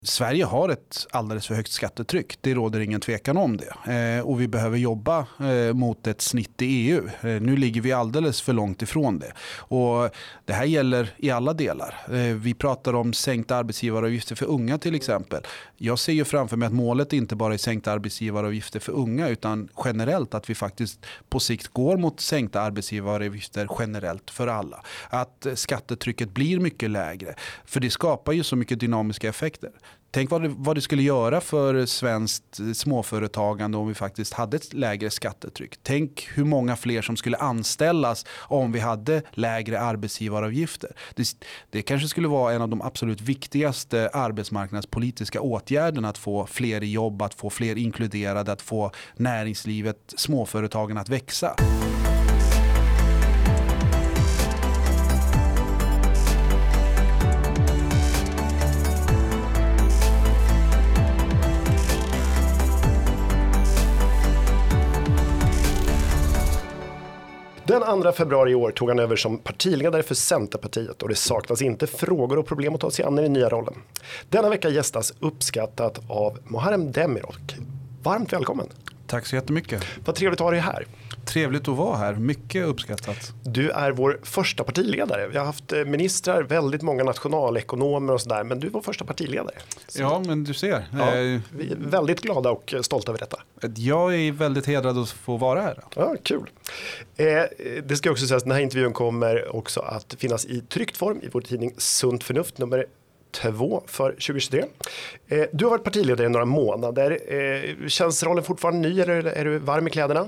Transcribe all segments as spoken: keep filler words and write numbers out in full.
Sverige har ett alldeles för högt skattetryck. Det råder ingen tvekan om det. Eh, och vi behöver jobba eh, mot ett snitt i E U. Eh, nu ligger vi alldeles för långt ifrån det. Och det här gäller i alla delar. Eh, vi pratar om sänkta arbetsgivaravgifter för unga till exempel. Jag ser ju framför mig att målet inte bara är sänkta arbetsgivaravgifter för unga utan generellt att vi faktiskt på sikt går mot sänkta arbetsgivaravgifter generellt för alla. Att skattetrycket blir mycket lägre. För det skapar ju så mycket dynamiska effekter. Tänk vad det, vad det skulle göra för svenskt småföretagande om vi faktiskt hade ett lägre skattetryck. Tänk hur många fler som skulle anställas om vi hade lägre arbetsgivaravgifter. Det, det kanske skulle vara en av de absolut viktigaste arbetsmarknadspolitiska åtgärderna att få fler i jobb, att få fler inkluderade, att få näringslivet, småföretagen att växa. Den andra februari i år tog han över som partiledare för Centerpartiet och det saknas inte frågor och problem att ta sig an i den nya rollen. Denna vecka gästas uppskattat av Muharrem Demirok. Varmt välkommen. Tack så jättemycket. Vad trevligt att ha dig här. Trevligt att vara här, mycket uppskattat. Du är vår första partiledare. Vi har haft ministrar, väldigt många nationalekonomer och sådär, men du var första partiledare. Så. Ja, men du ser. Ja, vi är väldigt glada och stolta över detta. Jag är väldigt hedrad att få vara här. Ja, kul. Eh, det ska också sägas att den här intervjun kommer också att finnas i tryckt form i vår tidning Sunt Förnuft nummer två för tjugo tjugotre. Eh, du har varit partiledare i några månader. Eh, känns rollen fortfarande ny eller är du varm i kläderna?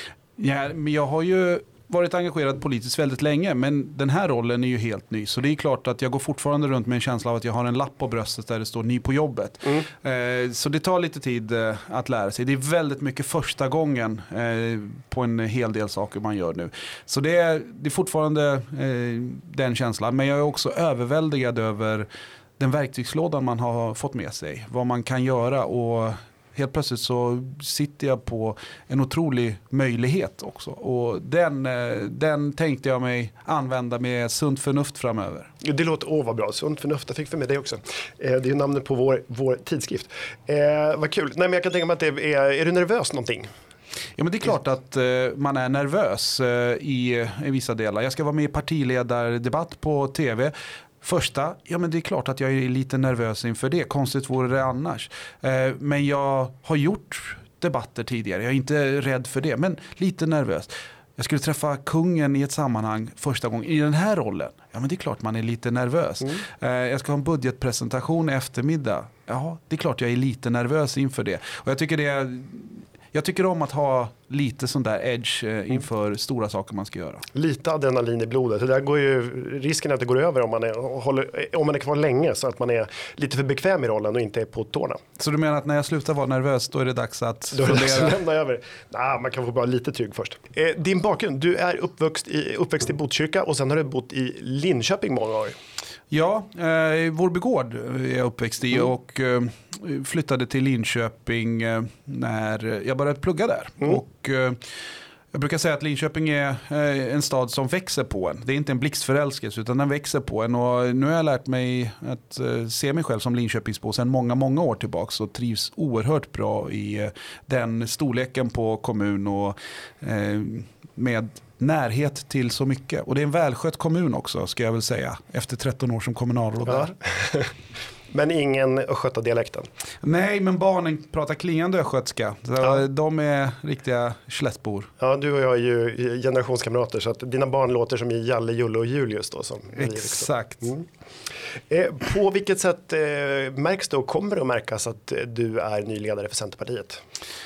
Ja, men jag har ju varit engagerad politiskt väldigt länge, men den här rollen är ju helt ny. Så det är klart att jag går fortfarande runt med en känsla av att jag har en lapp på bröstet där det står ny på jobbet. Mm. Eh, så det tar lite tid eh, att lära sig. Det är väldigt mycket första gången eh, på en hel del saker man gör nu. Så det är, det är fortfarande eh, den känslan. Men jag är också överväldigad över den verktygslådan man har fått med sig. Vad man kan göra och helt plötsligt så sitter jag på en otrolig möjlighet också. Och den, den tänkte jag mig använda med sunt förnuft framöver. Det låter, åh vad bra, sunt förnuft, jag fick för mig det också. Eh, det är ju namnet på vår, vår tidskrift. Eh, vad kul, nej men jag kan tänka mig att det är, är du nervös någonting? Ja, men det är klart att eh, man är nervös eh, i, i vissa delar. Jag ska vara med i partiledardebatt på tv. Första, ja men det är klart att jag är lite nervös inför det. Konstigt vore det annars. Eh, men jag har gjort debatter tidigare. Jag är inte rädd för det, men lite nervös. Jag skulle träffa kungen i ett sammanhang första gången i den här rollen. Ja, men det är klart man är lite nervös. Mm. Eh, jag ska ha en budgetpresentation i eftermiddag. Ja, det är klart jag är lite nervös inför det. Och jag tycker det är... Jag tycker om att ha lite sån där edge inför mm. stora saker man ska göra. Lite adrenalin i blodet. Det där går ju, risken är att det går över om man, är, håller, om man är kvar länge så att man är lite för bekväm i rollen och inte är på tårna. Så du menar att när jag slutar vara nervös då är det dags att då är det dags att lämna över? Nej, man kan få bara lite trygg först. Eh, din bakgrund, du är uppväxt i, uppväxt i Botkyrka och sen har du bott i Linköping många år. Ja, eh, Vårbygård är jag uppväxt i mm. och eh, flyttade till Linköping eh, när jag började plugga där. Mm. Och eh, jag brukar säga att Linköping är eh, en stad som växer på en. Det är inte en blixtförälskelse utan den växer på en. Och nu har jag lärt mig att eh, se mig själv som Linköpingsbo sedan många, många år tillbaka och trivs oerhört bra i eh, den storleken på kommun och eh, med närhet till så mycket. Och det är en välskött kommun också, ska jag väl säga, efter tretton år som kommunalråd där. Ja. Men ingen östgötadialekten? Nej, men barnen pratar klingande östgötska. Ja. De är riktiga slättbor. Ja, du och jag är ju generationskamrater så att dina barn låter som Jalle, Julle och Julius då. Som Exakt. Mm. Eh, på vilket sätt eh, märks det och kommer det att märkas att eh, du är ny ledare för Centerpartiet?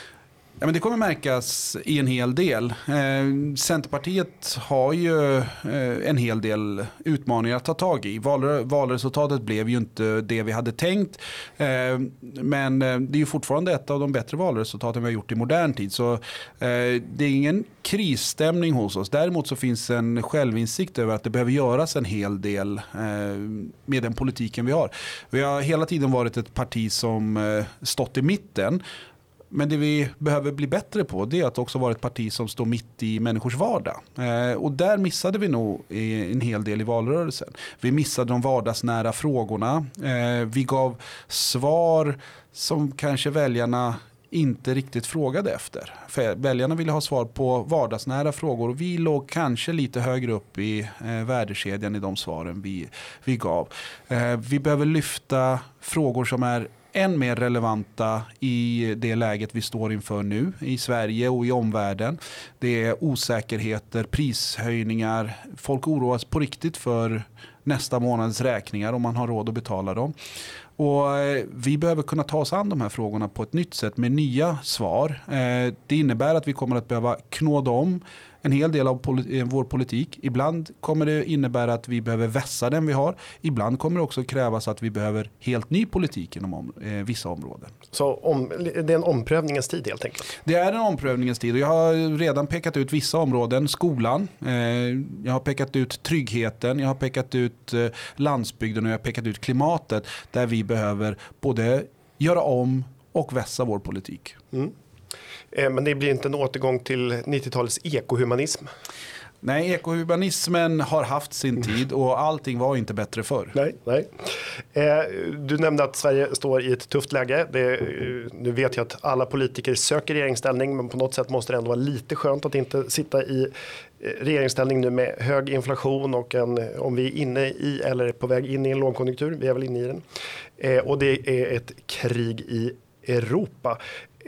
Ja, men det kommer märkas i en hel del. Eh, Centerpartiet har ju eh, en hel del utmaningar att ta tag i. Val- valresultatet blev ju inte det vi hade tänkt. Eh, men det är ju fortfarande ett av de bättre valresultaten vi har gjort i modern tid. Så eh, det är ingen krisstämning hos oss. Däremot så finns en självinsikt över att det behöver göras en hel del eh, med den politiken vi har. Vi har hela tiden varit ett parti som eh, stått i mitten. Men det vi behöver bli bättre på, det är att också vara ett parti som står mitt i människors vardag. Eh, och där missade vi nog en hel del i valrörelsen. Vi missade de vardagsnära frågorna. Eh, vi gav svar som kanske väljarna inte riktigt frågade efter. För väljarna ville ha svar på vardagsnära frågor och vi låg kanske lite högre upp i eh, värdekedjan i de svaren vi, vi gav. Eh, vi behöver lyfta frågor som är än mer relevanta i det läget vi står inför nu i Sverige och i omvärlden. Det är osäkerheter, prishöjningar. Folk oroas på riktigt för nästa månads räkningar om man har råd att betala dem. Och vi behöver kunna ta oss an de här frågorna på ett nytt sätt med nya svar. Det innebär att vi kommer att behöva knåda om en hel del av politi- vår politik. Ibland kommer det innebära att vi behöver vässa den vi har. Ibland kommer det också krävas att vi behöver helt ny politik inom om, eh, vissa områden. Så om, det är en omprövningens tid helt enkelt? Det är en omprövningens tid och jag har redan pekat ut vissa områden. Skolan, eh, jag har pekat ut tryggheten, jag har pekat ut eh, landsbygden och jag har pekat ut klimatet där vi behöver både göra om och vässa vår politik. Mm. Men det blir inte en återgång till nittiotalets ekohumanism? Nej, ekohumanismen har haft sin tid och allting var inte bättre förr. Nej, nej. Du nämnde att Sverige står i ett tufft läge. Det, nu vet jag att alla politiker söker regeringsställning, men på något sätt måste det ändå vara lite skönt att inte sitta i regeringsställning nu med hög inflation och en, om vi är inne i eller på väg in i en lågkonjunktur, vi är väl inne i den. Och det är ett krig i Europa.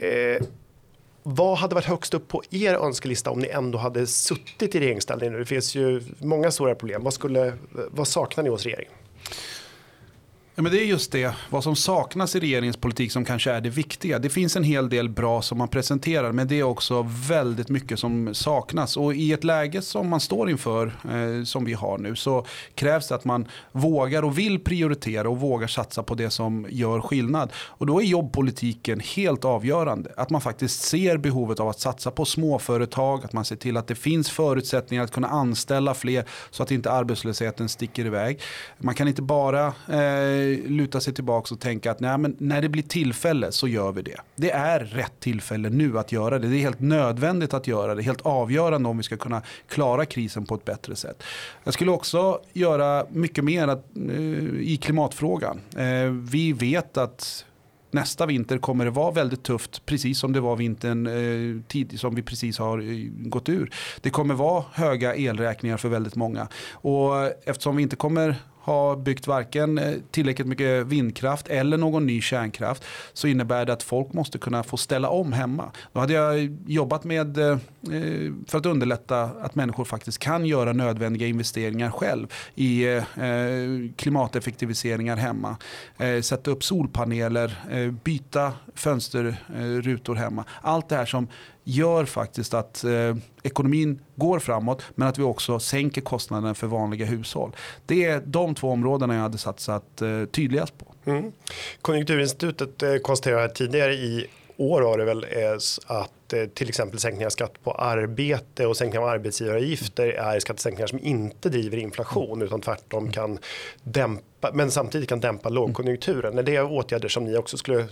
Vad hade varit högst upp på er önskelista om ni ändå hade suttit i regeringsställning nu? Det finns ju många stora problem. Vad, skulle, vad saknar ni hos regeringen? Ja, men det är just det, vad som saknas i regeringens politik som kanske är det viktiga. Det finns en hel del bra som man presenterar, men det är också väldigt mycket som saknas. Och i ett läge som man står inför, eh, som vi har nu, så krävs det att man vågar och vill prioritera och vågar satsa på det som gör skillnad. Och då är jobbpolitiken helt avgörande. Att man faktiskt ser behovet av att satsa på småföretag, att man ser till att det finns förutsättningar att kunna anställa fler så att inte arbetslösheten sticker iväg. Man kan inte bara eh, luta sig tillbaka och tänka att nej, men när det blir tillfälle så gör vi det. Det är rätt tillfälle nu att göra det. Det är helt nödvändigt att göra det. Helt avgörande om vi ska kunna klara krisen på ett bättre sätt. Jag skulle också göra mycket mer att, uh, i klimatfrågan. Uh, vi vet att nästa vinter kommer det vara väldigt tufft, precis som det var vintern eh, tid som vi precis har eh, gått ur. Det kommer vara höga elräkningar för väldigt många. Och eftersom vi inte kommer ha byggt varken tillräckligt mycket vindkraft eller någon ny kärnkraft, så innebär det att folk måste kunna få ställa om hemma. Då hade jag jobbat med eh, för att underlätta att människor faktiskt kan göra nödvändiga investeringar själv i eh, klimateffektiviseringar hemma. Eh, sätta upp solpaneler, eh, byta fönsterrutor eh, hemma. Allt det här som gör faktiskt att eh, ekonomin går framåt, men att vi också sänker kostnaden för vanliga hushåll. Det är de två områdena jag hade satsat eh, tydligast på. Mm. Konjunkturinstitutet eh, konstaterade tidigare i år har det väl är att eh, till exempel sänkningar av skatt på arbete och sänkningar av arbetsgivaravgifter är skattesänkningar som inte driver inflation utan tvärtom kan dämpa, men samtidigt kan dämpa lågkonjunkturen. Är det åtgärder som ni också skulle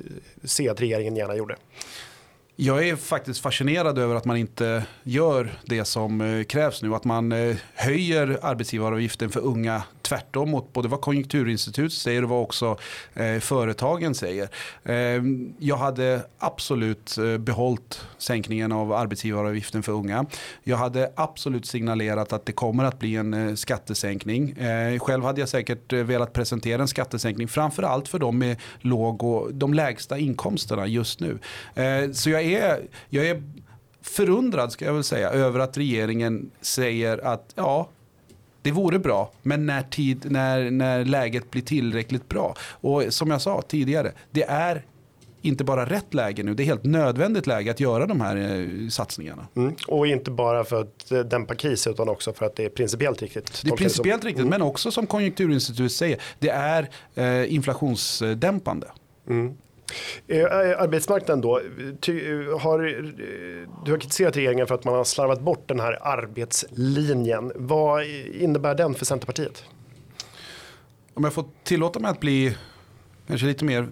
se att regeringen gärna gjorde? Jag är faktiskt fascinerad över att man inte gör det som krävs nu. Att man höjer arbetsgivaravgiften för unga tvärtom mot både vad Konjunkturinstitutet säger och vad också eh, företagen säger. Eh, jag hade absolut eh, behållit sänkningen av arbetsgivaravgiften för unga. Jag hade absolut signalerat att det kommer att bli en eh, skattesänkning. Eh, själv hade jag säkert eh, velat presentera en skattesänkning framförallt för de med låg och de lägsta inkomsterna just nu. Eh, så jag är, jag är förundrad ska jag väl säga över att regeringen säger att ja, det vore bra, men när, tid, när, när läget blir tillräckligt bra. Och som jag sa tidigare, det är inte bara rätt läge nu, det är helt nödvändigt läge att göra de här eh, satsningarna. Mm. Och inte bara för att dämpa kris utan också för att det är principiellt riktigt. Det är principiellt riktigt, mm. men också som Konjunkturinstitutet säger, det är eh, inflationsdämpande. Mm. Arbetsmarknaden då, har, du har kritiserat regeringen för att man har slarvat bort den här arbetslinjen. Vad innebär den för Centerpartiet? Om jag får tillåta mig att bli kanske lite mer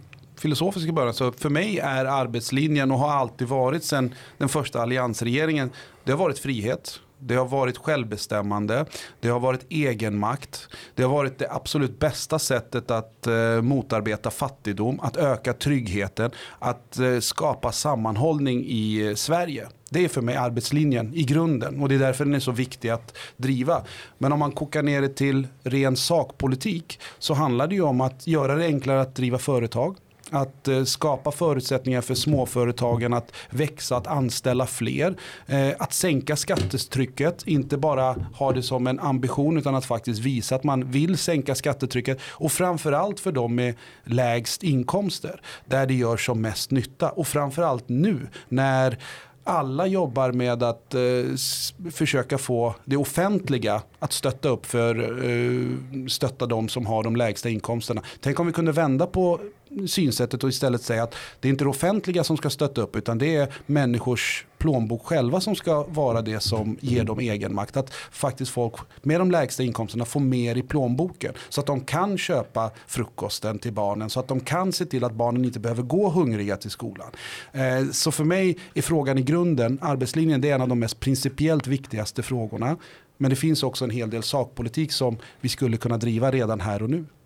filosofiska början, så för mig är arbetslinjen och har alltid varit sedan den första alliansregeringen, det har varit frihet. Det har varit självbestämmande, det har varit egenmakt, det har varit det absolut bästa sättet att eh, motarbeta fattigdom, att öka tryggheten, att eh, skapa sammanhållning i eh, Sverige. Det är för mig arbetslinjen i grunden och det är därför den är så viktig att driva. Men om man kokar ner det till ren sakpolitik så handlar det ju om att göra det enklare att driva företag. Att eh, skapa förutsättningar för småföretagen att växa, att anställa fler. Eh, att sänka skattetrycket, inte bara ha det som en ambition utan att faktiskt visa att man vill sänka skattetrycket. Och framförallt för dem med lägst inkomster, där det gör som mest nytta. Och framförallt nu när alla jobbar med att eh, s- försöka få det offentliga att stötta upp för eh, stötta de som har de lägsta inkomsterna. Tänk om vi kunde vända på synsättet och istället säga att det är inte det offentliga som ska stötta upp utan det är människors plånbok själva som ska vara det som ger dem egen makt. Att faktiskt folk med de lägsta inkomsterna får mer i plånboken så att de kan köpa frukosten till barnen, så att de kan se till att barnen inte behöver gå hungriga till skolan. Eh, så för mig är frågan i grunden, arbetslinjen, det är en av de mest principiellt viktigaste frågorna. Men det finns också en hel del sakpolitik som vi skulle kunna driva redan här och nu.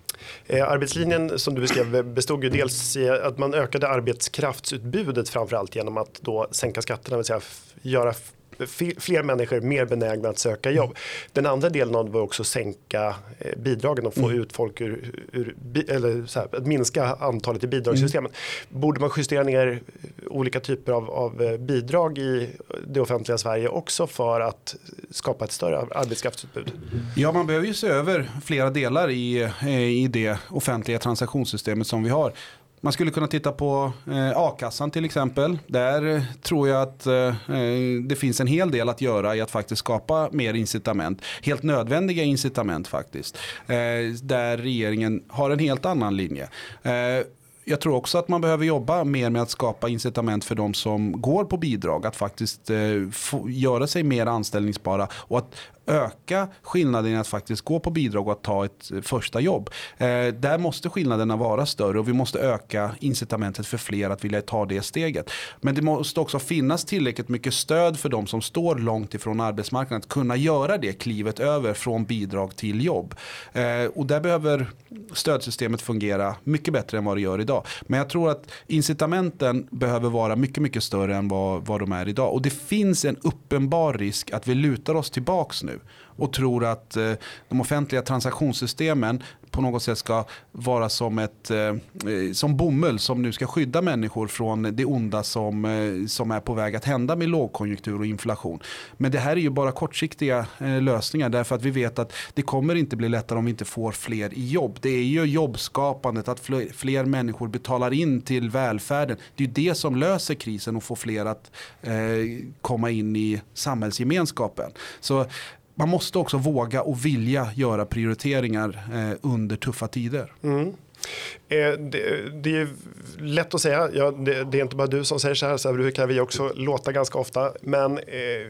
Eh, arbetslinjen som du beskrev bestod ju dels i att man ökade arbetskraftsutbudet framförallt genom att då sänka skatterna, vill säga f- göra f- fler människor mer benägna att söka jobb. Den andra delen av det var också sänka eh, bidragen och få mm. ut folk ur, ur bi- eller så här, att minska antalet i bidragssystemet. Mm. Borde man justera ner olika typer av, av bidrag i det offentliga Sverige också för att skapa ett större arbetskraftsutbud? Ja, man behöver ju se över flera delar i, i det offentliga transaktionssystemet som vi har. Man skulle kunna titta på eh, a-kassan till exempel. Där eh, tror jag att eh, det finns en hel del att göra i att faktiskt skapa mer incitament. Helt nödvändiga incitament faktiskt. Eh, där regeringen har en helt annan linje. Eh, Jag tror också att man behöver jobba mer med att skapa incitament för de som går på bidrag. Att faktiskt eh, få, göra sig mer anställningsbara och att öka skillnaden i att faktiskt gå på bidrag och att ta ett första jobb. Eh, där måste skillnaderna vara större och vi måste öka incitamentet för fler att vilja ta det steget. Men det måste också finnas tillräckligt mycket stöd för de som står långt ifrån arbetsmarknaden att kunna göra det klivet över från bidrag till jobb. Eh, och där behöver stödsystemet fungera mycket bättre än vad det gör idag. Men jag tror att incitamenten behöver vara mycket, mycket större än vad, vad de är idag. Och det finns en uppenbar risk att vi lutar oss tillbaks nu och tror att eh, de offentliga transaktionssystemen på något sätt ska vara som ett eh, som bomull som nu ska skydda människor från det onda som, eh, som är på väg att hända med lågkonjunktur och inflation. Men det här är ju bara kortsiktiga eh, lösningar därför att vi vet att det kommer inte bli lättare om vi inte får fler i jobb. Det är ju jobbskapandet, att fler, fler människor betalar in till välfärden. Det är ju det som löser krisen och får fler att eh, komma in i samhällsgemenskapen. Så man måste också våga och vilja göra prioriteringar eh, under tuffa tider. Mm. Eh, det, det är lätt att säga, ja, det, det är inte bara du som säger så här, så här brukar vi också låta ganska ofta. Men eh,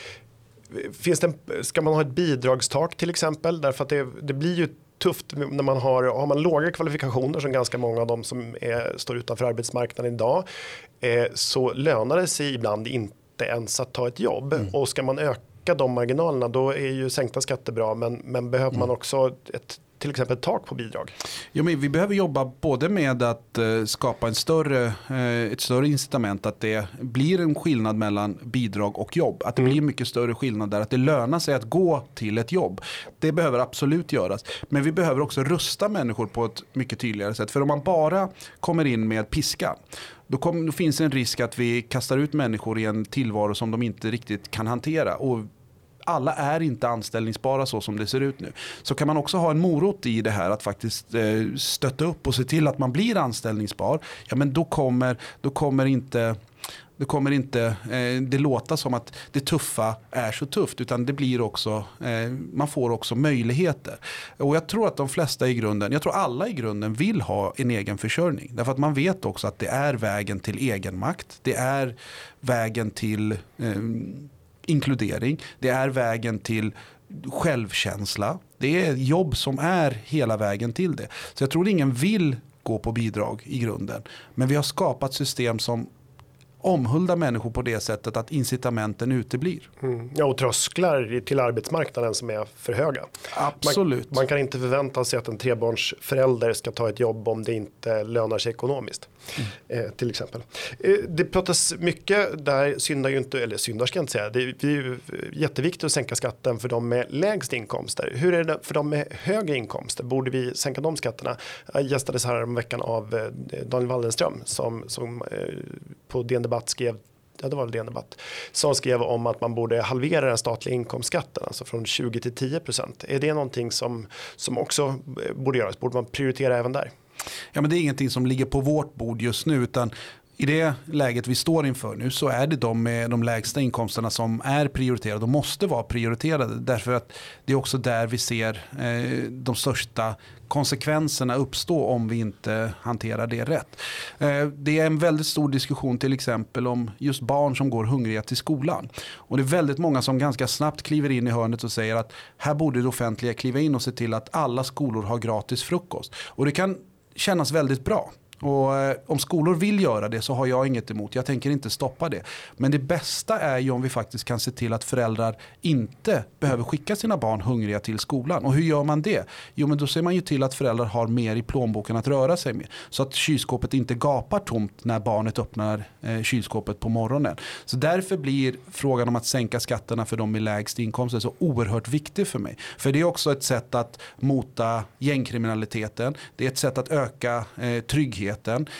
finns det en, ska man ha ett bidragstak till exempel? Därför att det, det blir ju tufft när man har, har man låga kvalifikationer som ganska många av dem som är, står utanför arbetsmarknaden idag. Eh, så lönar det sig ibland inte ens att ta ett jobb. Mm. Och ska man öka de marginalerna, då är ju sänkta skatter bra, men, men behöver mm. man också ett, till exempel ett tak på bidrag? Ja, men vi behöver jobba både med att eh, skapa en större, eh, ett större incitament att det blir en skillnad mellan bidrag och jobb. Att det mm. blir mycket större skillnad där, att det lönar sig att gå till ett jobb. Det behöver absolut göras. Men vi behöver också rusta människor på ett mycket tydligare sätt. För om man bara kommer in med piska, Då, kom, då finns en risk att vi kastar ut människor i en tillvaro som de inte riktigt kan hantera. Och alla är inte anställningsbara så som det ser ut nu. Så kan man också ha en morot i det här att faktiskt eh, stötta upp och se till att man blir anställningsbar. Ja, men då kommer, då kommer inte... Det kommer inte eh, det låta som att det tuffa är så tufft, utan det blir också, eh, man får också möjligheter. Och jag tror att de flesta i grunden, jag tror alla i grunden vill ha en egen försörjning. Därför att man vet också att det är vägen till egen makt. Det är vägen till eh, inkludering. Det är vägen till självkänsla. Det är jobb som är hela vägen till det. Så jag tror ingen vill gå på bidrag i grunden. Men vi har skapat system som omhuldar människor på det sättet att incitamenten uteblir. Mm. Ja, och trösklar till arbetsmarknaden som är för höga. Absolut. Man, man kan inte förvänta sig att en trebarnsförälder ska ta ett jobb om det inte lönar sig ekonomiskt. Mm. Eh, till exempel. Eh, det pratas mycket, där syndar ju inte, eller syndar ska jag inte säga, det är, det är ju jätteviktigt att sänka skatten för de med lägst inkomster. Hur är det för de med högre inkomster? Borde vi sänka de skatterna? Jag gästades här om veckan av eh, Daniel Waldenström som, som eh, på D N Debatt skrev, ja det var väl D N Debatt, som skrev om att man borde halvera den statliga inkomstskatten, alltså från tjugo till tio procent. Är det någonting som, som också borde göras? Borde man prioritera även där? Ja, men det är ingenting som ligger på vårt bord just nu, utan i det läget vi står inför nu så är det de med de lägsta inkomsterna som är prioriterade och måste vara prioriterade, därför att det är också där vi ser eh, de största konsekvenserna uppstå om vi inte hanterar det rätt. Eh, det är en väldigt stor diskussion till exempel om just barn som går hungriga till skolan. Och det är väldigt många som ganska snabbt kliver in i hörnet och säger att här borde det offentliga kliva in och se till att alla skolor har gratis frukost. Och det kan kännas väldigt bra. Och eh, om skolor vill göra det så har jag inget emot. Jag tänker inte stoppa det. Men det bästa är ju om vi faktiskt kan se till att föräldrar inte behöver skicka sina barn hungriga till skolan. Och hur gör man det? Jo, men då ser man ju till att föräldrar har mer i plånboken att röra sig med. Så att kylskåpet inte gapar tomt när barnet öppnar eh, kylskåpet på morgonen. Så därför blir frågan om att sänka skatterna för de med lägst inkomster så oerhört viktig för mig. För det är också ett sätt att mota gängkriminaliteten. Det är ett sätt att öka eh, trygghet.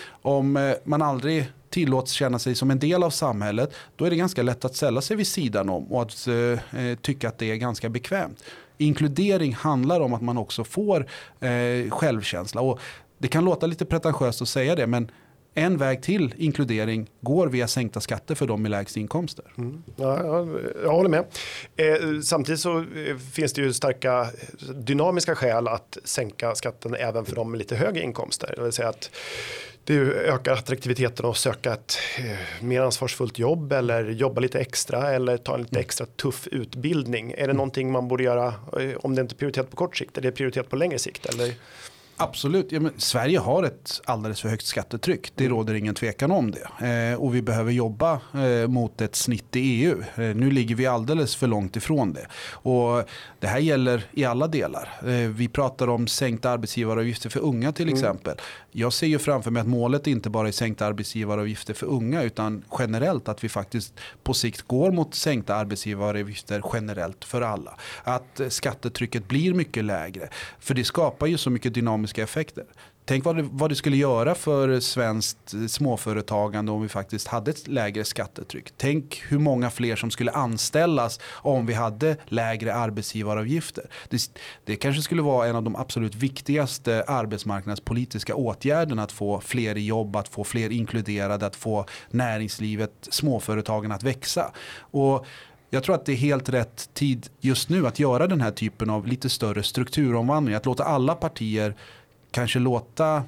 Om man aldrig tillåts känna sig som en del av samhället, då är det ganska lätt att ställa sig vid sidan om och att eh, tycka att det är ganska bekvämt. Inkludering handlar om att man också får eh, självkänsla, och det kan låta lite pretentiöst att säga det, men en väg till inkludering går via sänkta skatter för de med lägst inkomster. Mm. Ja, jag, jag håller med. Eh, samtidigt så eh, finns det ju starka dynamiska skäl att sänka skatten även för de med lite högre inkomster. Det vill säga att det ökar attraktiviteten att söka ett eh, mer ansvarsfullt jobb eller jobba lite extra eller ta en lite extra tuff utbildning. Är det mm. någonting man borde göra eh, om det inte är prioritet på kort sikt? Är det prioritet på längre sikt? Eller? Absolut. Ja, men Sverige har ett alldeles för högt skattetryck. Det råder ingen tvekan om det. Eh, och vi behöver jobba eh, mot ett snitt i E U. Eh, nu ligger vi alldeles för långt ifrån det. Och det här gäller i alla delar. Eh, vi pratar om sänkta arbetsgivaravgifter för unga till exempel. Mm. Jag ser ju framför mig att målet inte bara är sänkta arbetsgivaravgifter för unga, utan generellt att vi faktiskt på sikt går mot sänkta arbetsgivaravgifter generellt för alla. Att eh, skattetrycket blir mycket lägre. För det skapar ju så mycket dynamiska effekter. Tänk vad det, vad det skulle göra för svenskt småföretagande om vi faktiskt hade ett lägre skattetryck. Tänk hur många fler som skulle anställas om vi hade lägre arbetsgivaravgifter. Det, det kanske skulle vara en av de absolut viktigaste arbetsmarknadspolitiska åtgärderna, att få fler i jobb, att få fler inkluderade, att få näringslivet, småföretagen att växa. Och jag tror att det är helt rätt tid just nu att göra den här typen av lite större strukturomvandling. Att låta alla partier kanske låta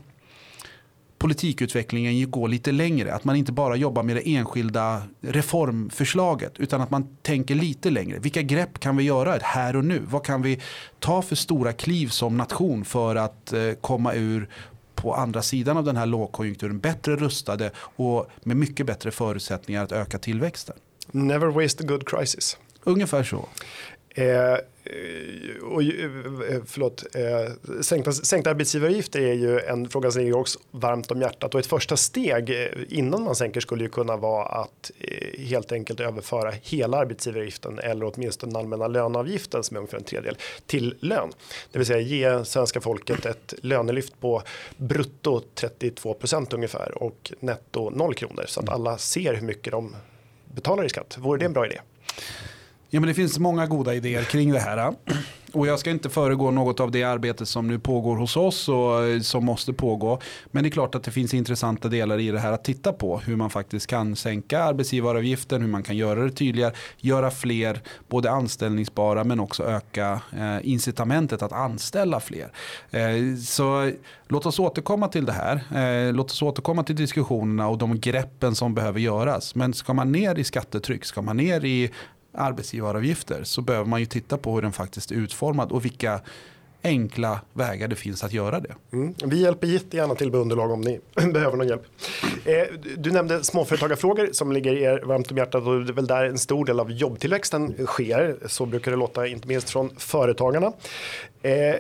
politikutvecklingen gå lite längre. Att man inte bara jobbar med det enskilda reformförslaget, utan att man tänker lite längre. Vilka grepp kan vi göra här och nu? Vad kan vi ta för stora kliv som nation för att eh, komma ur på andra sidan av den här lågkonjunkturen bättre rustade och med mycket bättre förutsättningar att öka tillväxten? Never waste a good crisis. Ungefär så. Eh, och, förlåt, eh, sänkta, sänkta arbetsgivaravgifter är ju en fråga som ligger också varmt om hjärtat, och ett första steg innan man sänker skulle ju kunna vara att eh, helt enkelt överföra hela arbetsgivaravgiften, eller åtminstone den allmänna löneavgiften som är ungefär en tredjedel, till lön. Det vill säga ge svenska folket ett lönelyft på brutto trettiotvå procent ungefär och netto noll kronor, så att alla ser hur mycket de betalar i skatt. Vore det en bra idé? Ja, men det finns många goda idéer kring det här. Och jag ska inte föregå något av det arbete som nu pågår hos oss och som måste pågå. Men det är klart att det finns intressanta delar i det här att titta på. Hur man faktiskt kan sänka arbetsgivaravgiften, hur man kan göra det tydligare. Göra fler både anställningsbara men också öka eh, incitamentet att anställa fler. Eh, så låt oss återkomma till det här. Eh, låt oss återkomma till diskussionerna och de greppen som behöver göras. Men ska man ner i skattetryck, ska man ner i arbetsgivaravgifter, så behöver man ju titta på hur den faktiskt är utformad och vilka enkla vägar det finns att göra det. Mm. Vi hjälper jättegärna till med underlag om ni behöver någon hjälp. Eh, du nämnde småföretagarfrågor som ligger er varmt om hjärtat och det är väl där en stor del av jobbtillväxten sker. Så brukar det låta inte minst från företagarna. Eh,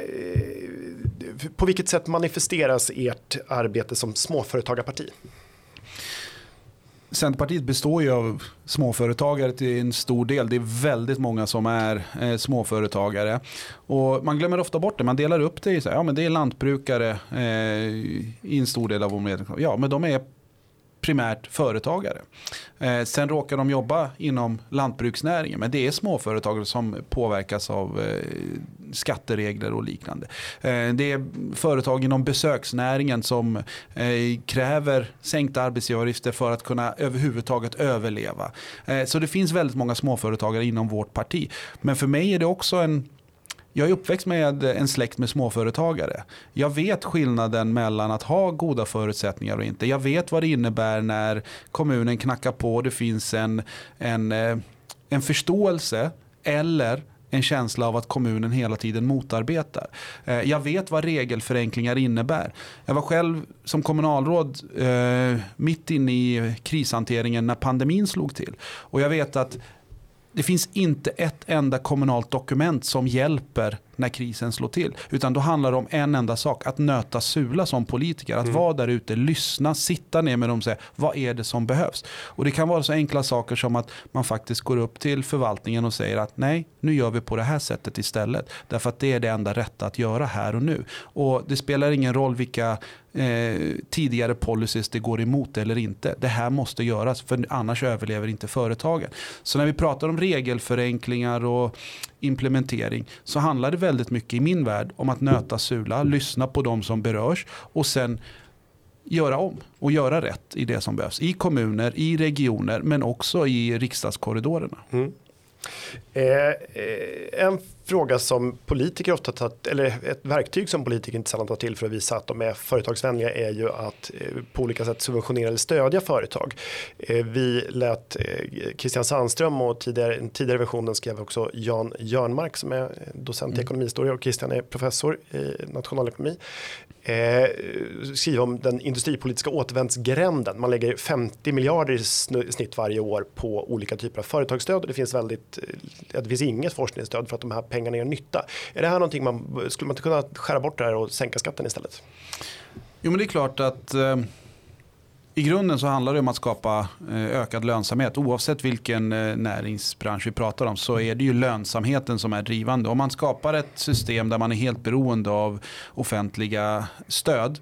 på vilket sätt manifesteras ert arbete som småföretagarparti? Centerpartiet består ju av småföretagare till en stor del. Det är väldigt många som är eh, småföretagare. Och man glömmer ofta bort det. Man delar upp det i så här, ja, men det är lantbrukare eh, i en stor del av vår medlemskap. Ja, men de är primärt företagare. Eh, sen råkar de jobba inom lantbruksnäringen, men det är småföretagare som påverkas av eh, skatteregler och liknande. Eh, det är företag inom besöksnäringen som eh, kräver sänkta arbetsgivaravgifter för att kunna överhuvudtaget överleva. Eh, så det finns väldigt många småföretagare inom vårt parti. Men för mig är det också en Jag är uppväxt med en släkt med småföretagare. Jag vet skillnaden mellan att ha goda förutsättningar och inte. Jag vet vad det innebär när kommunen knackar på och det finns en, en, en förståelse eller en känsla av att kommunen hela tiden motarbetar. Jag vet vad regelförenklingar innebär. Jag var själv som kommunalråd eh, mitt inne i krishanteringen när pandemin slog till. Och jag vet att det finns inte ett enda kommunalt dokument som hjälper när krisen slår till. Utan då handlar det om en enda sak. Att nöta sula som politiker. Att mm. vara där ute, lyssna, sitta ner med dem och säga vad är det som behövs. Och det kan vara så enkla saker som att man faktiskt går upp till förvaltningen och säger att nej, nu gör vi på det här sättet istället. Därför att det är det enda rätta att göra här och nu. Och det spelar ingen roll vilka eh, tidigare policies det går emot eller inte. Det här måste göras för annars överlever inte företagen. Så när vi pratar om regelförenklingar och implementering så handlar det väldigt mycket i min värld om att nöta sula, lyssna på de som berörs och sen göra om och göra rätt i det som behövs. I kommuner, i regioner men också i riksdagskorridorerna. Mm. Eh, en fråga som politiker ofta tar, eller ett verktyg som politiker inte sällan tar till för att visa att de är företagsvänliga är ju att eh, på olika sätt subventionera eller stödja företag. Eh, vi lät eh, Christian Sandström och tidigare, en tidigare versionen skrev också Jan Jörnmark som är docent i mm. ekonomihistoria och Christian är professor i nationalekonomi. Eh, skriva om den industripolitiska återvändsgränden. Man lägger femtio miljarder i snitt varje år på olika typer av företagsstöd och det finns väldigt, det finns inget forskningsstöd för att de här pengarna gör nytta. Är det här någonting man, skulle man inte kunna skära bort det här och sänka skatten istället? Jo, men det är klart att eh, i grunden så handlar det om att skapa eh, ökad lönsamhet. Oavsett vilken eh, näringsbransch vi pratar om så är det ju lönsamheten som är drivande. Om man skapar ett system där man är helt beroende av offentliga stöd,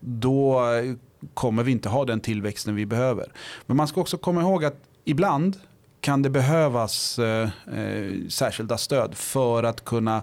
då kommer vi inte ha den tillväxten vi behöver. Men man ska också komma ihåg att ibland kan det behövas eh, eh, särskilda stöd för att kunna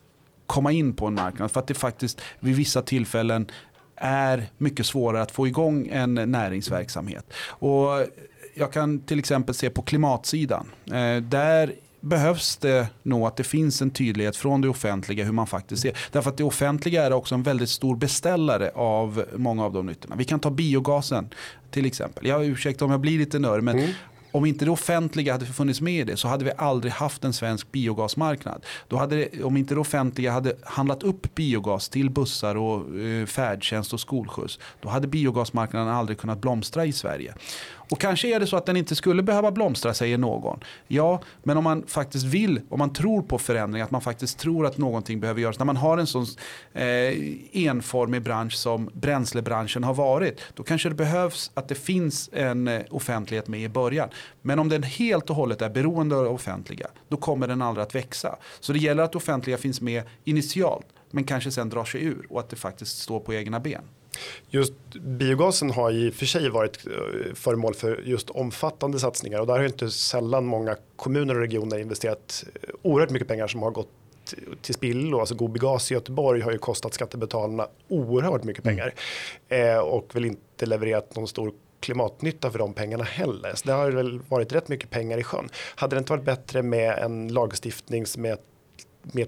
komma in på en marknad. För att det faktiskt vid vissa tillfällen är mycket svårare att få igång en näringsverksamhet. Och jag kan till exempel se på klimatsidan. Eh, där behövs det nog att det finns en tydlighet från det offentliga hur man faktiskt ser. Därför att det offentliga är också en väldigt stor beställare av många av de nyttorna. Vi kan ta biogasen till exempel. Jag ursäktar om jag blir lite nörd, men mm. om inte det offentliga hade funnits med i det så hade vi aldrig haft en svensk biogasmarknad. Då hade det, om inte det offentliga hade handlat upp biogas till bussar och eh, färdtjänst och skolskjuts, då hade biogasmarknaden aldrig kunnat blomstra i Sverige. Och kanske är det så att den inte skulle behöva blomstra, säger någon. Ja, men om man faktiskt vill, om man tror på förändring, att man faktiskt tror att någonting behöver göras. När man har en sån eh, enformig bransch som bränslebranschen har varit, då kanske det behövs att det finns en eh, offentlighet med i början. Men om den helt och hållet är beroende av det offentliga, då kommer den aldrig att växa. Så det gäller att det offentliga finns med initialt, men kanske sen drar sig ur och att det faktiskt står på egna ben. Just biogasen har i och för sig varit föremål för just omfattande satsningar och där har inte sällan många kommuner och regioner investerat oerhört mycket pengar som har gått till spillo. Alltså Gobigas i Göteborg har ju kostat skattebetalarna oerhört mycket pengar mm. eh, och väl inte levererat någon stor klimatnytta för de pengarna heller. Så det har väl varit rätt mycket pengar i sjön. Hade det inte varit bättre med en lagstiftning som är mer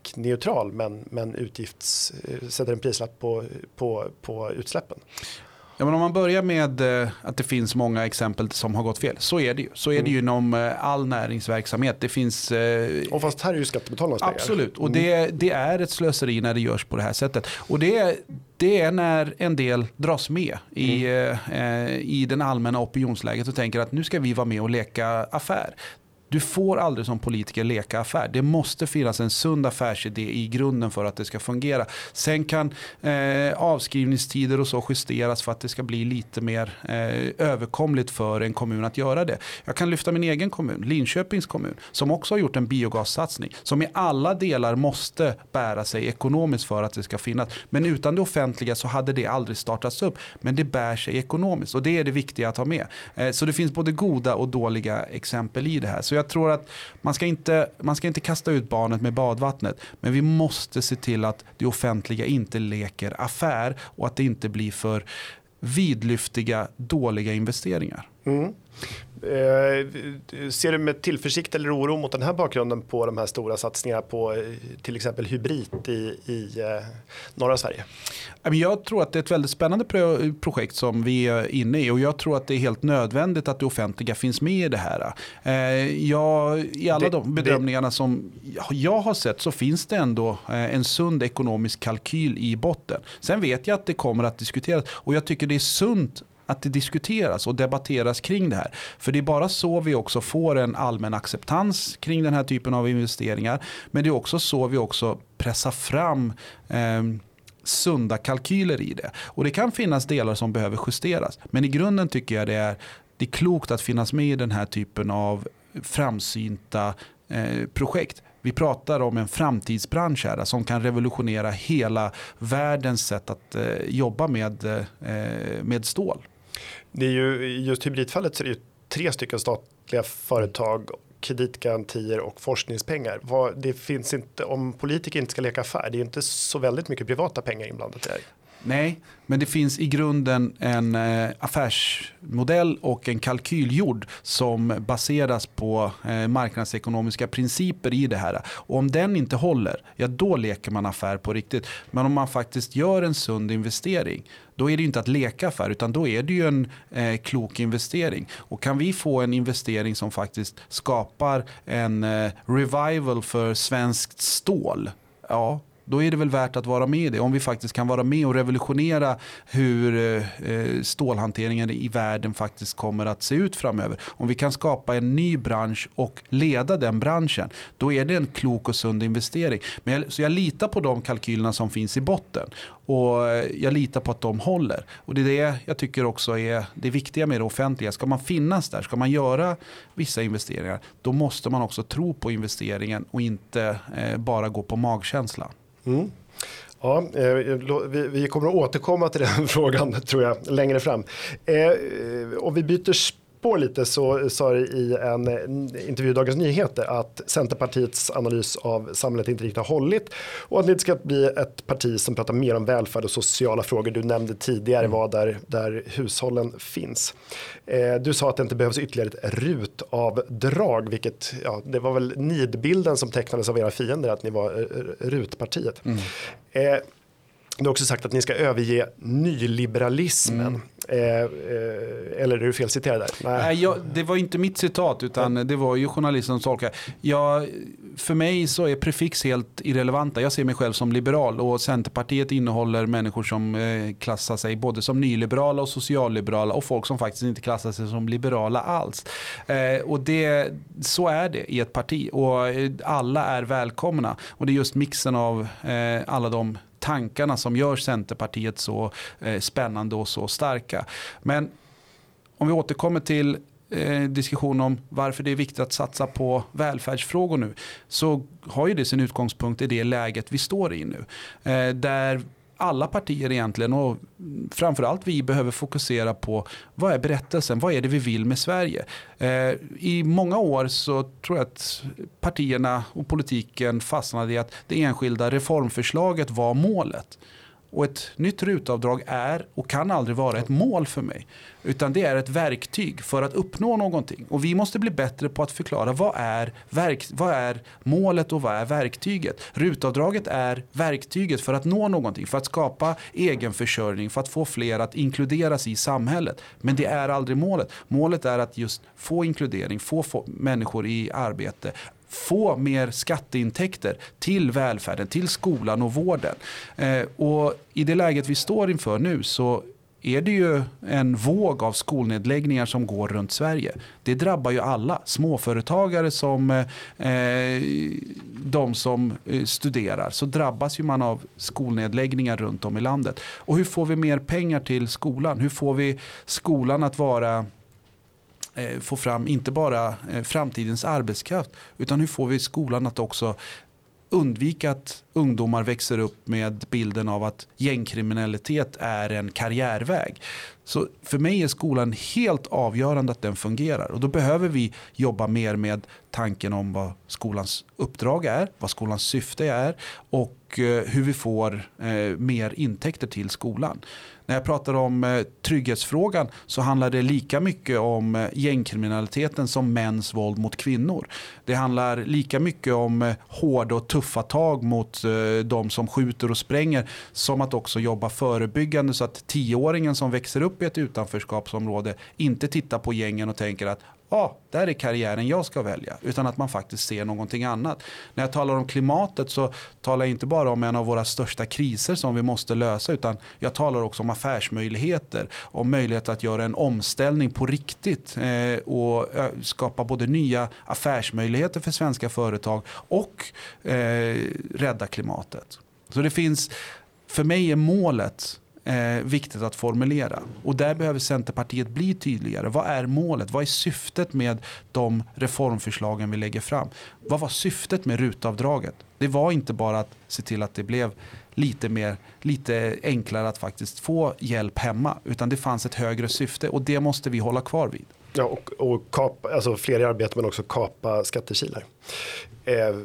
teknikneutral men, men utgifts, sätter en prislapp på, på, på utsläppen? Ja, men om man börjar med att det finns många exempel som har gått fel, så är det ju. Så är det ju inom all näringsverksamhet. Det finns... Och fast här är ju skattebetalarnas pengar. Absolut, och det, det är ett slöseri när det görs på det här sättet. Och det, det är när en del dras med i, mm. eh, i den allmänna opinionsläget och tänker att nu ska vi vara med och leka affär. Du får aldrig som politiker leka affär. Det måste finnas en sund affärsidé i grunden för att det ska fungera. Sen kan eh, avskrivningstider och så justeras för att det ska bli lite mer eh, överkomligt för en kommun att göra det. Jag kan lyfta min egen kommun, Linköpings kommun, som också har gjort en biogassatsning. Som i alla delar måste bära sig ekonomiskt för att det ska finnas. Men utan det offentliga så hade det aldrig startats upp. Men det bär sig ekonomiskt och det är det viktiga att ha med. Eh, så det finns både goda och dåliga exempel i det här. Så jag tror att man ska inte, man ska inte kasta ut barnet med badvattnet, men vi måste se till att det offentliga inte leker affär och att det inte blir för vidlyftiga, dåliga investeringar. Mm. Eh, ser du med tillförsikt eller oro mot den här bakgrunden på de här stora satsningarna på till exempel hybrid i, i eh, norra Sverige? Jag tror att det är ett väldigt spännande pro- projekt som vi är inne i och jag tror att det är helt nödvändigt att det offentliga finns med i det här. Eh, jag, I alla det, de bedömningarna det... som jag har sett så finns det ändå eh, en sund ekonomisk kalkyl i botten. Sen vet jag att det kommer att diskuteras och jag tycker det är sunt att det diskuteras och debatteras kring det här. För det är bara så vi också får en allmän acceptans kring den här typen av investeringar. Men det är också så vi också pressar fram eh, sunda kalkyler i det. Och det kan finnas delar som behöver justeras. Men i grunden tycker jag det är, det är klokt att finnas med i den här typen av framsynta eh, projekt. Vi pratar om en framtidsbransch här som kan revolutionera hela världens sätt att eh, jobba med, eh, med stål. Det är ju, just hybridfallet så är det ju tre stycken statliga företag, kreditgarantier och forskningspengar. Vad, det finns inte, om politiker inte ska leka affär, det är inte så väldigt mycket privata pengar inblandat där. Nej, men det finns i grunden en eh, affärsmodell och en kalkyl gjord som baseras på eh, marknadsekonomiska principer i det här. Och om den inte håller, ja då leker man affär på riktigt. Men om man faktiskt gör en sund investering, då är det inte att leka affär utan då är det ju en eh, klok investering. Och kan vi få en investering som faktiskt skapar en eh, revival för svenskt stål, ja, då är det väl värt att vara med i det. Om vi faktiskt kan vara med och revolutionera hur eh, stålhanteringen i världen faktiskt kommer att se ut framöver. Om vi kan skapa en ny bransch och leda den branschen, då är det en klok och sund investering. Men jag, så jag litar på de kalkylerna som finns i botten. Och jag litar på att de håller. Och det är det jag tycker också är det viktiga med det offentliga. Ska man finnas där, ska man göra vissa investeringar, då måste man också tro på investeringen och inte eh, bara gå på magkänsla. Mm. Ja, vi, vi kommer att återkomma till den frågan tror jag längre fram. Eh, och vi byter spår lite så sa det i en intervju i Dagens Nyheter att Centerpartiets analys av samhället inte riktigt har hållit och att det ska bli ett parti som pratar mer om välfärd och sociala frågor. Du nämnde tidigare vad där, där hushållen finns. Eh, du sa att det inte behövs ytterligare ett rutavdrag, vilket ja, det var väl nidbilden som tecknades av era fiender att ni var rutpartiet. Mm. Eh, du har också sagt att ni ska överge nyliberalismen. Mm. Eh, eh, eller är du fel citerad där? Nej. Nej, jag, det var inte mitt citat utan mm. det var ju journalisten som tolkade. Jag, för mig så är prefix helt irrelevanta. Jag ser mig själv som liberal och Centerpartiet innehåller människor som eh, klassar sig både som nyliberala och socialliberala och folk som faktiskt inte klassar sig som liberala alls. Eh, och det, så är det i ett parti och eh, alla är välkomna och det är just mixen av eh, alla de tankarna som gör Centerpartiet så eh, spännande och så starka. Men om vi återkommer till eh, diskussion om varför det är viktigt att satsa på välfärdsfrågor nu, så har ju det sin utgångspunkt i det läget vi står i nu. Eh, där alla partier egentligen och framförallt vi behöver fokusera på vad är berättelsen, vad är det vi vill med Sverige. Eh, I många år så tror jag att partierna och politiken fastnade i att det enskilda reformförslaget var målet. Och ett nytt rutavdrag är och kan aldrig vara ett mål för mig. Utan det är ett verktyg för att uppnå någonting. Och vi måste bli bättre på att förklara vad är, verk, vad är målet och vad är verktyget. Rutavdraget är verktyget för att nå någonting. För att skapa egenförsörjning. För att få fler att inkluderas i samhället. Men det är aldrig målet. Målet är att just få inkludering. Få, få människor i arbete. Få mer skatteintäkter till välfärden, till skolan och vården. Eh, och i det läget vi står inför nu så är det ju en våg av skolnedläggningar som går runt Sverige. Det drabbar ju alla. Småföretagare som eh, de som eh, studerar. Så drabbas ju man av skolnedläggningar runt om i landet. Och hur får vi mer pengar till skolan? Hur får vi skolan att vara... få fram inte bara framtidens arbetskraft utan hur får vi skolan att också undvika att ungdomar växer upp med bilden av att gängkriminalitet är en karriärväg. Så för mig är skolan helt avgörande att den fungerar och då behöver vi jobba mer med tanken om vad skolans uppdrag är, vad skolans syfte är och hur vi får mer intäkter till skolan. När jag pratar om eh, trygghetsfrågan så handlar det lika mycket om eh, gängkriminaliteten som mäns våld mot kvinnor. Det handlar lika mycket om eh, hårda och tuffa tag mot eh, de som skjuter och spränger som att också jobba förebyggande så att tioåringen som växer upp i ett utanförskapsområde inte tittar på gängen och tänker att ja, ah, där är karriären jag ska välja. Utan att man faktiskt ser någonting annat. När jag talar om klimatet så talar jag inte bara om en av våra största kriser som vi måste lösa. Utan jag talar också om affärsmöjligheter. Om möjlighet att göra en omställning på riktigt. Eh, och eh, skapa både nya affärsmöjligheter för svenska företag. Och eh, rädda klimatet. Så det finns, för mig är målet... Eh, viktigt att formulera. Och där behöver Centerpartiet bli tydligare. Vad är målet? Vad är syftet med de reformförslagen vi lägger fram? Vad var syftet med rutavdraget? Det var inte bara att se till att det blev lite, mer, lite enklare att faktiskt få hjälp hemma. Utan det fanns ett högre syfte och det måste vi hålla kvar vid. Ja, och, och kapa, alltså fler i arbete men också kapa skattekilar. Eh,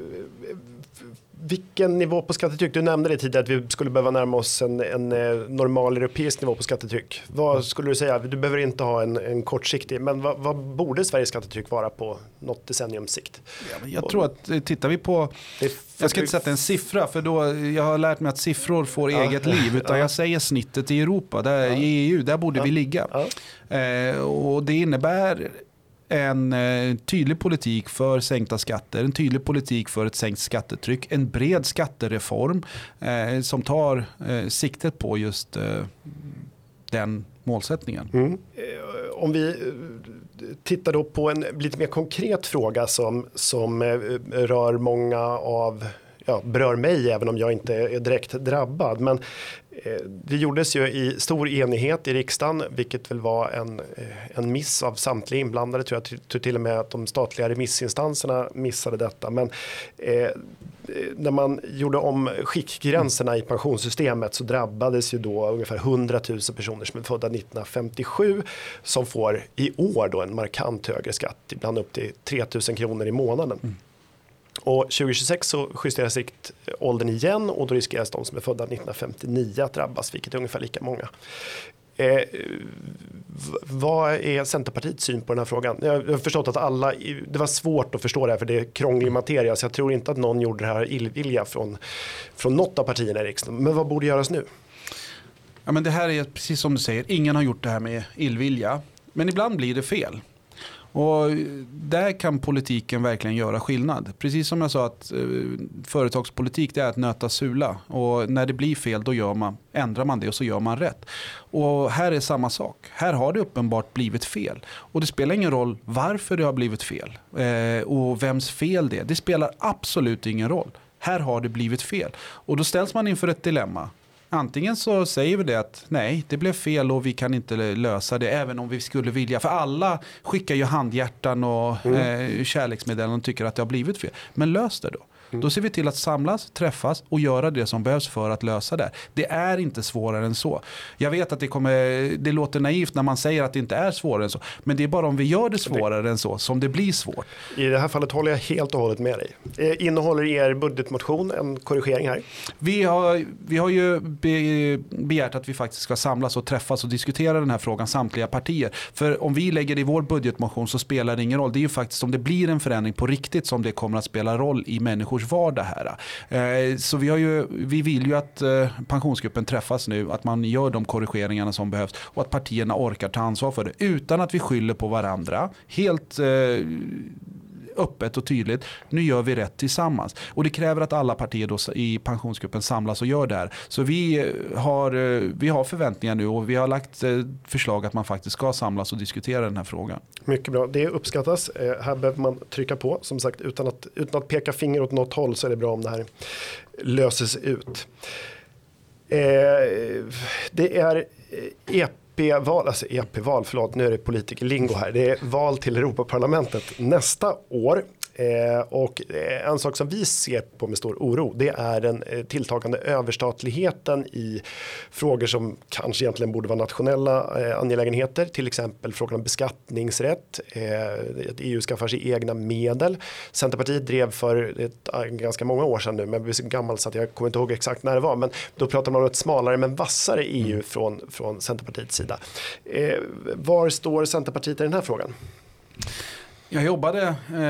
Vilken nivå på skattetryck? Du nämnde det tidigare att vi skulle behöva närma oss en, en normal europeisk nivå på skattetryck. Vad skulle du säga? Du behöver inte ha en, en kortsiktig, men vad, vad borde Sveriges skattetryck vara på något decenniums sikt? Ja, men jag tror att tittar vi på, jag ska inte sätta en siffra för då, jag har lärt mig att siffror får ja. eget liv utan ja. jag säger snittet i Europa, där, ja. i E U, där borde ja. vi ligga. Ja. Eh, och det innebär en eh, tydlig politik för sänkta skatter, en tydlig politik för ett sänkt skattetryck, en bred skattereform eh, som tar eh, siktet på just eh, den målsättningen. Mm. Eh, om vi tittar då på en lite mer konkret fråga som, som eh, rör många av Ja, berör mig även om jag inte är direkt drabbad. Men eh, det gjordes ju i stor enighet i riksdagen, vilket väl var en, en miss av samtliga inblandade. Tror jag tror till och med att de statliga remissinstanserna missade detta. Men eh, när man gjorde om skiktgränserna i pensionssystemet så drabbades ju då ungefär hundratusen personer som är födda nittonhundrafemtiosju som får i år då en markant högre skatt, ibland upp till tre tusen kronor i månaden. Mm. Och tjugohundratjugosex så justeras åldern igen och då riskeras de som är födda nittonhundrafemtionio att drabbas, vilket är ungefär lika många. Eh, v- vad är Centerpartiets syn på den här frågan? Jag har förstått att alla, det var svårt att förstå det här för det är krånglig materia så jag tror inte att någon gjorde det här illvilja från, från något av partierna i riksdagen. Men vad borde göras nu? Ja, men det här är precis som du säger, ingen har gjort det här med illvilja. Men ibland blir det fel. Och där kan politiken verkligen göra skillnad. Precis som jag sa att eh, företagspolitik det är att nöta sula. Och när det blir fel då gör man, ändrar man det och så gör man rätt. Och här är samma sak. Här har det uppenbart blivit fel. Och det spelar ingen roll varför det har blivit fel. Eh, och vems fel det är. Det spelar absolut ingen roll. Här har det blivit fel. Och då ställs man inför ett dilemma. Antingen så säger vi det att nej, det blev fel och vi kan inte lösa det även om vi skulle vilja. För alla skickar ju handhjärtan och mm. eh, kärleksmeddelanden och tycker att det har blivit fel. Men lös det då. Mm. Då ser vi till att samlas, träffas och göra det som behövs för att lösa det. Det är inte svårare än så. Jag vet att det, kommer, det låter naivt när man säger att det inte är svårare än så. Men det är bara om vi gör det svårare det... än så som det blir svårt. I det här fallet håller jag helt och hållet med dig. Innehåller er budgetmotion en korrigering här? Vi har, vi har ju be, begärt att vi faktiskt ska samlas och träffas och diskutera den här frågan samtliga partier. För om vi lägger det i vår budgetmotion så spelar det ingen roll. Det är ju faktiskt om det blir en förändring på riktigt som det kommer att spela roll i människors vardag här. Så vi, har ju, vi vill ju att pensionsgruppen träffas nu, att man gör de korrigeringarna som behövs och att partierna orkar ta ansvar för det utan att vi skyller på varandra. Helt öppet och tydligt. Nu gör vi rätt tillsammans. Och det kräver att alla partier då i pensionsgruppen samlas och gör det här. Så vi har, vi har förväntningar nu och vi har lagt förslag att man faktiskt ska samlas och diskutera den här frågan. Mycket bra. Det uppskattas. Eh, här behöver man trycka på. Som sagt, utan att, utan att peka finger åt något håll så är det bra om det här löses ut. Eh, det är E P-val, alltså E P-val, förlåt, nu är det politikerlingo här. Det är val till Europaparlamentet nästa år. Eh, och en sak som vi ser på med stor oro, det är den eh, tilltagande överstatligheten i frågor som kanske egentligen borde vara nationella eh, angelägenheter, till exempel frågan om beskattningsrätt, eh, att E U skaffar sig egna medel. Centerpartiet drev för ett, ganska många år sedan nu, men vi är så gammal så att jag kommer inte ihåg exakt när det var, men då pratar man om ett smalare men vassare E U från, från Centerpartiets sida. Eh, var står Centerpartiet i den här frågan? Jag jobbade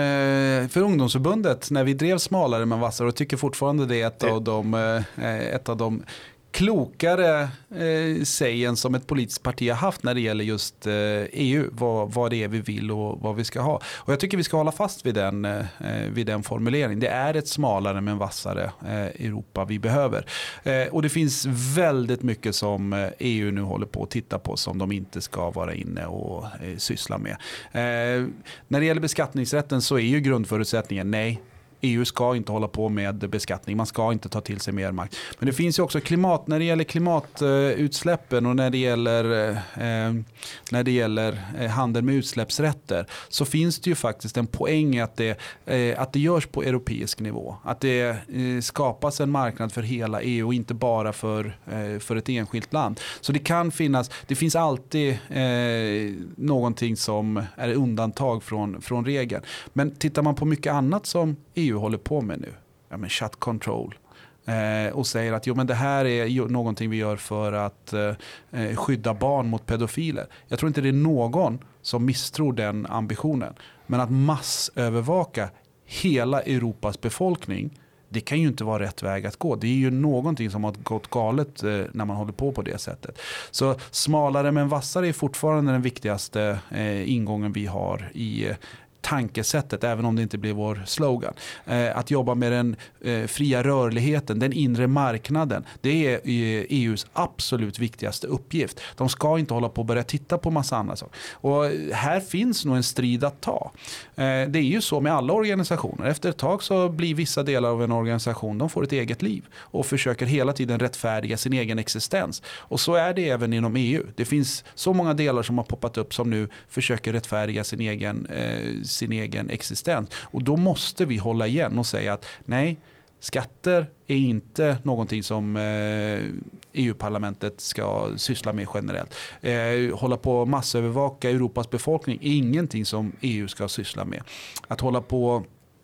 eh, för ungdomsförbundet när vi drev smalare men vassare och tycker fortfarande det är ett av de, eh, ett av de klokare eh, sägen som ett politiskt parti har haft när det gäller just eh, E U, vad, vad det är vi vill och vad vi ska ha. Och jag tycker vi ska hålla fast vid den, eh, vid den formuleringen. Det är ett smalare men vassare eh, Europa vi behöver. Eh, och det finns väldigt mycket som eh, E U nu håller på att titta på som de inte ska vara inne och eh, syssla med. Eh, när det gäller beskattningsrätten så är ju grundförutsättningen nej. E U ska inte hålla på med beskattning. Man ska inte ta till sig mer makt. Men det finns ju också klimat, när det gäller klimatutsläppen och när det gäller, eh, när det gäller handel med utsläppsrätter så finns det ju faktiskt en poäng att det, eh, att det görs på europeisk nivå. Att det eh, skapas en marknad för hela E U och inte bara för, eh, för ett enskilt land. Så det kan finnas, det finns alltid eh, någonting som är undantag från, från regeln. Men tittar man på mycket annat som E U håller på med nu, ja men shut control eh, och säger att jo, men det här är någonting vi gör för att eh, skydda barn mot pedofiler. Jag tror inte det är någon som misstror den ambitionen, men att massövervaka hela Europas befolkning, det kan ju inte vara rätt väg att gå. Det är ju någonting som har gått galet eh, när man håller på på det sättet. Så smalare men vassare är fortfarande den viktigaste eh, ingången vi har i eh, tankesättet, även om det inte blir vår slogan. Eh, att jobba med den eh, fria rörligheten, den inre marknaden, det är eh, E U:s absolut viktigaste uppgift. De ska inte hålla på och börja titta på massa andra saker. Och här finns nog en strid att ta. Eh, det är ju så med alla organisationer. Efter ett tag så blir vissa delar av en organisation, de får ett eget liv och försöker hela tiden rättfärdiga sin egen existens. Och så är det även inom E U. Det finns så många delar som har poppat upp som nu försöker rättfärdiga sin egen eh, sin egen existens. Och då måste vi hålla igen och säga att nej, skatter är inte någonting som eh, E U-parlamentet ska syssla med generellt. Eh, hålla på att massövervaka Europas befolkning är ingenting som E U ska syssla med. Att hålla på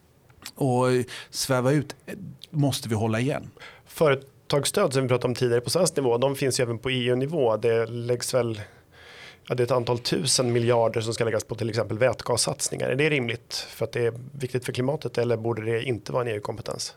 och sväva ut måste vi hålla igen. Företagsstöd som vi pratade om tidigare på svensk nivå, de finns ju även på E U-nivå. Det läggs väl Ja, det är ett antal tusen miljarder som ska läggas på till exempel vätgassatsningar. Är det rimligt för att det är viktigt för klimatet eller borde det inte vara en E U-kompetens?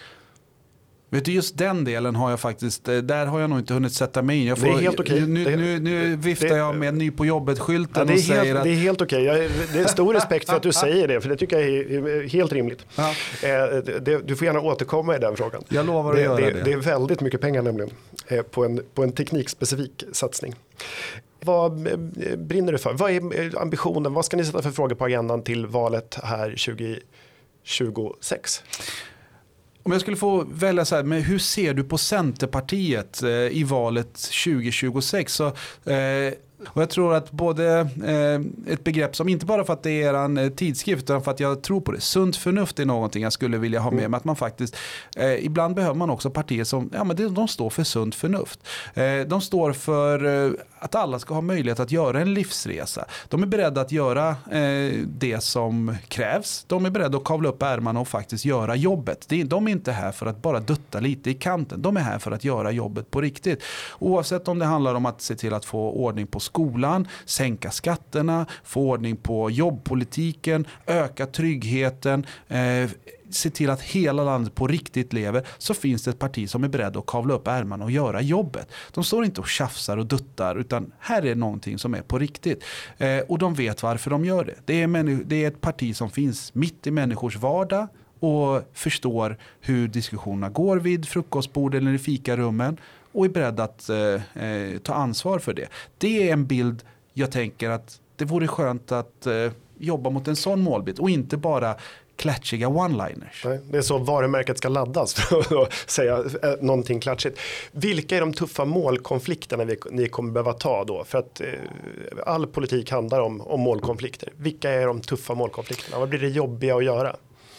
Vet du, just den delen har jag faktiskt, där har jag nog inte hunnit sätta mig in. Jag får, det är helt okej. Nu, det, nu, nu viftar det, jag med ny på jobbet-skylten ja, och säger helt, att... Det är helt okej. Jag, det är stor respekt för att du säger det, för det tycker jag är helt rimligt. Ja. Eh, det, du får gärna återkomma i den frågan. Jag lovar att det, göra det. Det, det är väldigt mycket pengar nämligen eh, på, en, på en teknikspecifik satsning. Vad brinner du för? Vad är ambitionen? Vad ska ni sätta för frågor på agendan till valet här tjugo tjugosex? Om jag skulle få välja så här, men hur ser du på Centerpartiet eh, i valet tjugo tjugosex? Så, eh, Och jag tror att både eh, ett begrepp som inte bara för att det är en eh, tidskrift utan för att jag tror på det. Sunt förnuft är någonting jag skulle vilja ha med mm. mig. Att man faktiskt, eh, ibland behöver man också partier som, ja men det, de står för sunt förnuft. Eh, de står för eh, att alla ska ha möjlighet att göra en livsresa. De är beredda att göra eh, det som krävs. De är beredda att kavla upp ärmarna och faktiskt göra jobbet. De är inte här för att bara dutta lite i kanten. De är här för att göra jobbet på riktigt. Oavsett om det handlar om att se till att få ordning på skolan, sänka skatterna, få ordning på jobbpolitiken, öka tryggheten, eh, se till att hela landet på riktigt lever, så finns det ett parti som är beredd att kavla upp ärmarna och göra jobbet. De står inte och tjafsar och duttar, utan här är någonting som är på riktigt. Eh, och de vet varför de gör det. Det är, människ- det är ett parti som finns mitt i människors vardag och förstår hur diskussionerna går vid frukostbord eller i fikarummen och är beredd att eh, eh, ta ansvar för det. Det är en bild jag tänker att det vore skönt att eh, jobba mot en sån målbild och inte bara klatschiga one-liners. Nej, det är så varumärket ska laddas för att säga någonting klatschigt. Vilka är de tuffa målkonflikterna vi, ni kommer behöva ta då? För att eh, all politik handlar om, om målkonflikter. Vilka är de tuffa målkonflikterna? Vad blir det jobbiga att göra?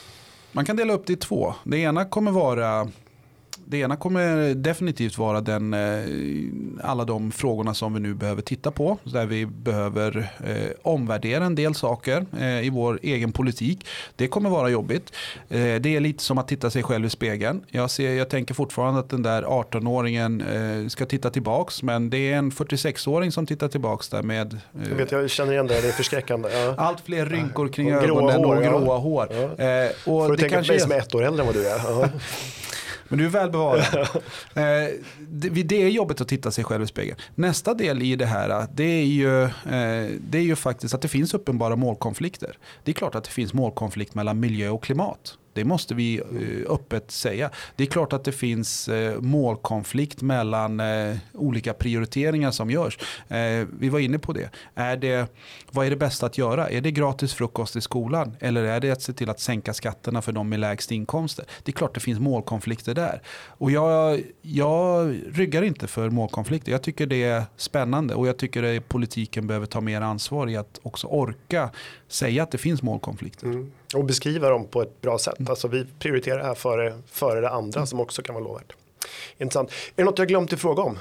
Man kan dela upp det i två. Det ena kommer vara Det ena kommer definitivt vara den, alla de frågorna som vi nu behöver titta på. Där vi behöver eh, omvärdera en del saker eh, i vår egen politik. Det kommer vara jobbigt. Eh, det är lite som att titta sig själv i spegeln. Jag, ser, jag tänker fortfarande att den där arton-åringen eh, ska titta tillbaks. Men det är en fyrtiosex-åring som tittar tillbaks där med... Eh, jag, vet, jag känner igen det, det är förskräckande. Ja. Allt fler rynkor kring och ögonen hår, och ja. gråa hår. Ja. Eh, och Får du det tänka kanske på mig som är ett år äldre än vad du är. Ja. Men du är väl bevarad. eh, det, det är jobbigt att titta sig själv i spegeln. Nästa del i det här, det är, ju, eh, det är ju faktiskt att det finns uppenbara målkonflikter. Det är klart att det finns målkonflikt mellan miljö och klimat. Det måste vi eh, öppet säga. Det är klart att det finns eh, målkonflikt mellan eh, olika prioriteringar som görs. Eh, vi var inne på det. Är det. Vad är det bästa att göra? Är det gratis frukost i skolan? Eller är det att se till att sänka skatterna för de med lägst inkomster? Det är klart det finns målkonflikter där. Och jag, jag ryggar inte för målkonflikter. Jag tycker det är spännande. Och jag tycker att politiken behöver ta mer ansvar i att också orka säga att det finns målkonflikter. Mm. Och beskriva dem på ett bra sätt. Alltså vi prioriterar det här före, före det andra som också kan vara lovvärt. Intressant. Är det något jag glömt att fråga om?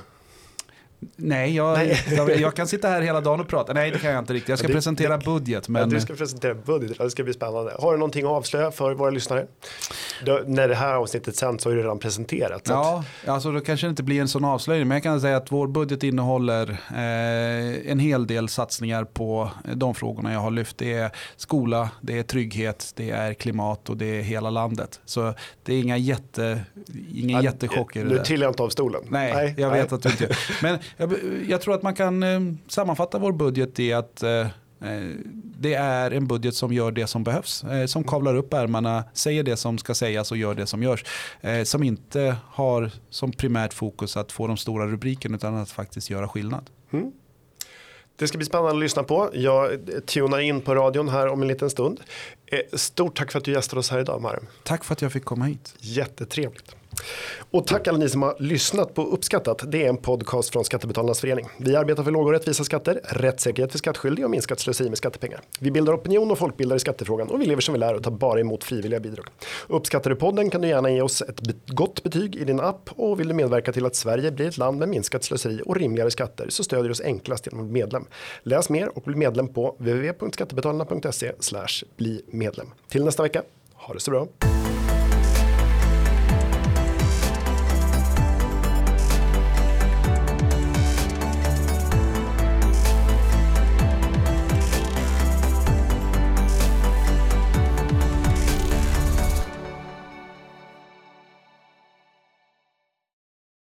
Nej, jag, Nej. jag, jag kan sitta här hela dagen och prata. Nej, det kan jag inte riktigt. Jag ska det, presentera det, budget. Men... Ja, du ska presentera budget. Det ska bli spännande. Har du någonting att avslöja för våra lyssnare? Då, när det här avsnittet sen så är det redan presenterat. Så ja, att... alltså då kanske det inte blir en sån avslöjning. Men jag kan säga att vår budget innehåller eh, en hel del satsningar på de frågorna jag har lyft. Det är skola, det är trygghet, det är klimat och det är hela landet. Så det är inga, jätte, inga ja, jättechocker. Nu trillar jag inte av stolen. Nej, Nej jag vet Nej. att du inte gör. Men jag, jag tror att man kan eh, sammanfatta vår budget i att eh, det är en budget som gör det som behövs. Eh, som kavlar upp ärmarna, säger det som ska sägas och gör det som görs. Eh, som inte har som primärt fokus att få de stora rubrikerna utan att faktiskt göra skillnad. Mm. Det ska bli spännande att lyssna på. Jag tunar in på radion här om en liten stund. Stort tack för att du gästade oss här idag, Marem. Tack för att jag fick komma hit. Jättetrevligt. Och tack alla ni som har lyssnat på Uppskattat. Det är en podcast från Skattebetalarnas förening. Vi arbetar för låga och rättvisa skatter, rättssäkerhet för skattskyldiga och minskat slöseri med skattepengar. Vi bildar opinion och folkbildar i skattefrågan och vi lever som vi lär och tar bara emot frivilliga bidrag. Uppskattar du podden kan du gärna ge oss ett gott betyg i din app och vill du medverka till att Sverige blir ett land med minskat slöseri och rimligare skatter så stödjer du oss enklast genom att bli medlem. Läs mer och bli medlem på w w w punkt skattebetalarna punkt se slash bli medlem. Till nästa vecka, ha det så bra!